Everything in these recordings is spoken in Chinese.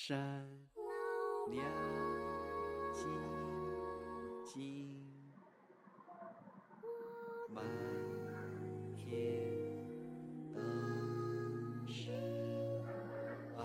山亮晶晶，满天都是爱。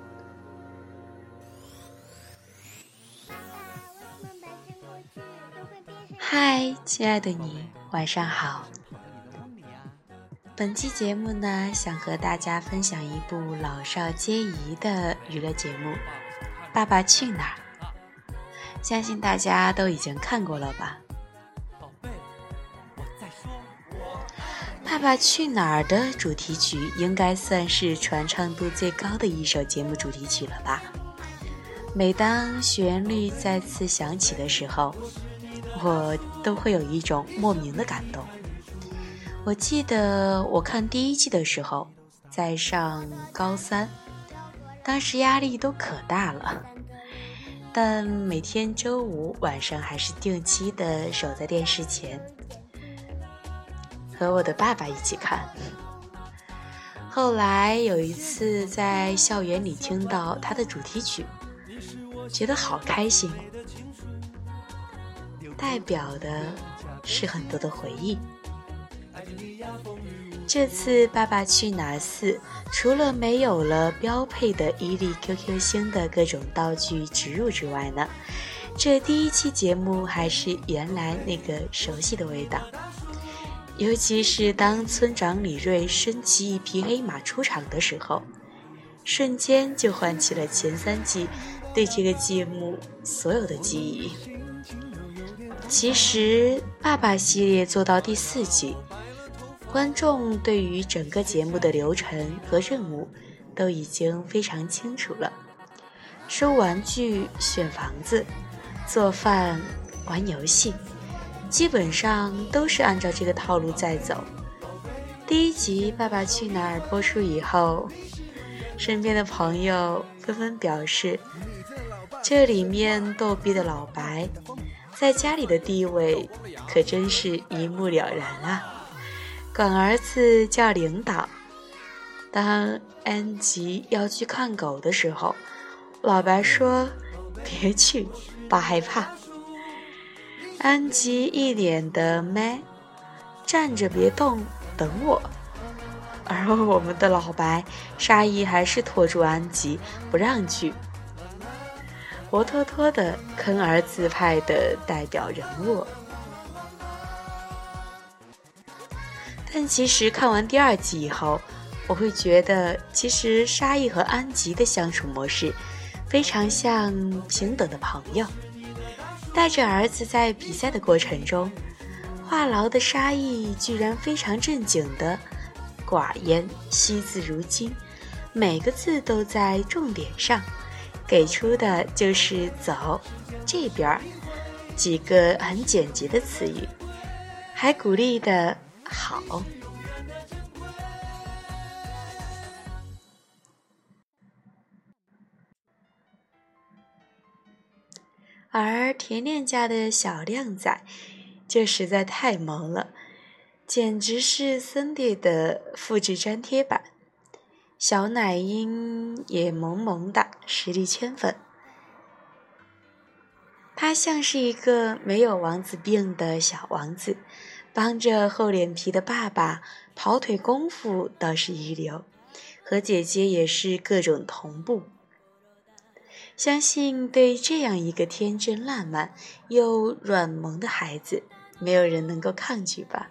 嗨，亲爱的你，晚上好。本期节目呢，想和大家分享一部老少皆宜的娱乐节目《爸爸去哪儿》，相信大家都已经看过了吧。《爸爸去哪儿》的主题曲应该算是传唱度最高的一首节目主题曲了吧。每当旋律再次响起的时候，我都会有一种莫名的感动。我记得我看第一季的时候，在上高三，当时压力都可大了，但每天周五晚上还是定期的守在电视前，和我的爸爸一起看。后来有一次在校园里听到他的主题曲，觉得好开心，代表的是很多的回忆。这次《爸爸去哪儿4》除了没有了标配的伊利 QQ 星的各种道具植入之外呢，这第一期节目还是原来那个熟悉的味道。尤其是当村长李瑞身骑一匹黑马出场的时候，瞬间就唤起了前3季对这个节目所有的记忆。其实爸爸系列做到第4季，观众对于整个节目的流程和任务都已经非常清楚了。收玩具、选房子、做饭、玩游戏，基本上都是按照这个套路在走。第1集《爸爸去哪儿》播出以后，身边的朋友纷纷表示，这里面逗逼的老白在家里的地位可真是一目了然啊。管儿子叫领导，当安吉要去看狗的时候，老白说别去，爸害怕。安吉一脸的咩，站着别动，等我。而我们的老白沙溢还是拖住安吉不让去，活脱脱的坑儿子派的代表人物。但其实看完第2季以后，我会觉得其实沙溢和安吉的相处模式非常像平等的朋友。带着儿子在比赛的过程中，话痨的沙溢居然非常正经的寡言，惜字如金，每个字都在重点上，给出的就是走这边几个很简洁的词语，还鼓励的好。而甜甜家的小靓仔就实在太萌了，简直是Cindy的复制粘贴版。小奶音也萌萌的，实力圈粉。他像是一个没有王子病的小王子，帮着厚脸皮的爸爸，跑腿功夫倒是一流，和姐姐也是各种同步。相信对这样一个天真烂漫又软萌的孩子，没有人能够抗拒吧。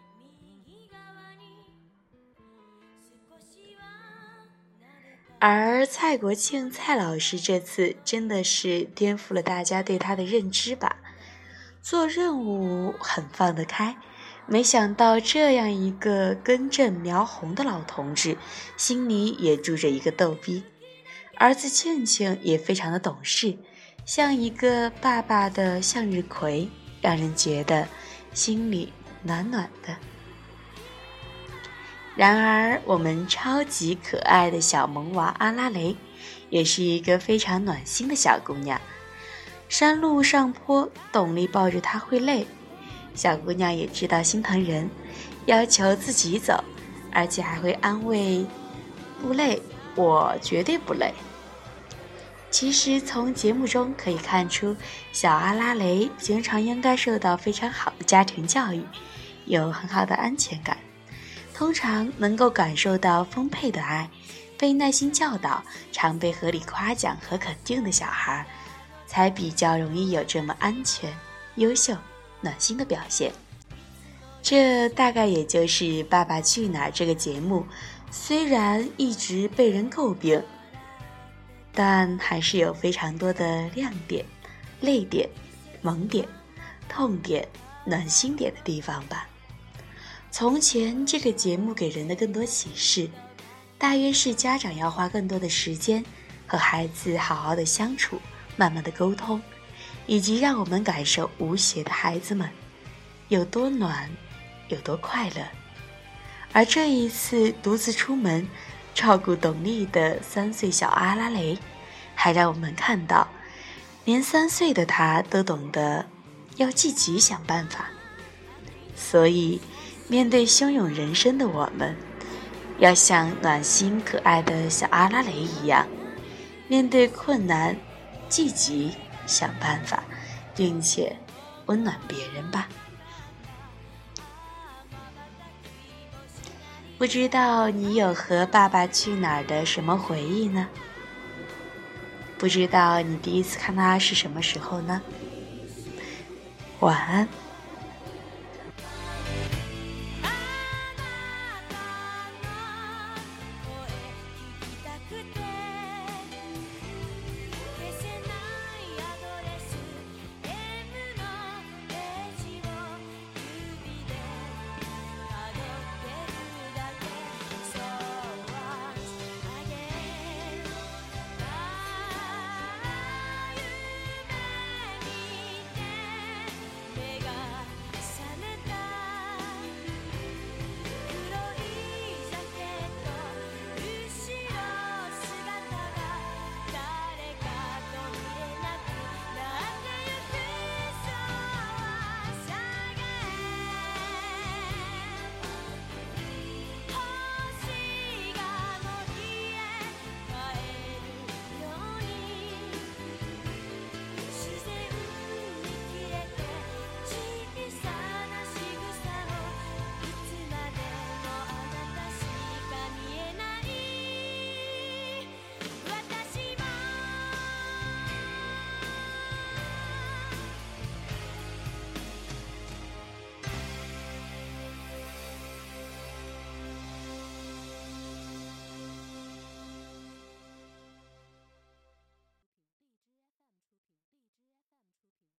而蔡国庆蔡老师这次真的是颠覆了大家对他的认知吧。做任务很放得开，没想到这样一个根正苗红的老同志，心里也住着一个逗逼。儿子庆庆也非常的懂事，像一个爸爸的向日葵，让人觉得心里暖暖的。然而我们超级可爱的小萌娃阿拉蕾也是一个非常暖心的小姑娘。山路上坡，董力抱着她会累，小姑娘也知道心疼人，要求自己走，而且还会安慰不累，我绝对不累。 其实从节目中可以看出，小阿拉蕾经常应该受到非常好的家庭教育，有很好的安全感，通常能够感受到丰沛的爱，被耐心教导，常被合理夸奖和肯定的小孩，才比较容易有这么安全、优秀、暖心的表现。这大概也就是《爸爸去哪儿》这个节目，虽然一直被人诟病，但还是有非常多的亮点、泪点、萌点、痛点、暖心点的地方吧。从前这个节目给人的更多启示，大约是家长要花更多的时间和孩子好好的相处，慢慢的沟通，以及让我们感受无邪的孩子们有多暖，有多快乐。而这一次独自出门照顾董丽的3岁小阿拉蕾，还让我们看到连3岁的他都懂得要积极想办法。所以面对汹涌人生的我们，要像暖心可爱的小阿拉蕾一样，面对困难积极想办法，并且温暖别人吧。不知道你有和《爸爸去哪儿》的什么回忆呢？不知道你第一次看它是什么时候呢？晚安。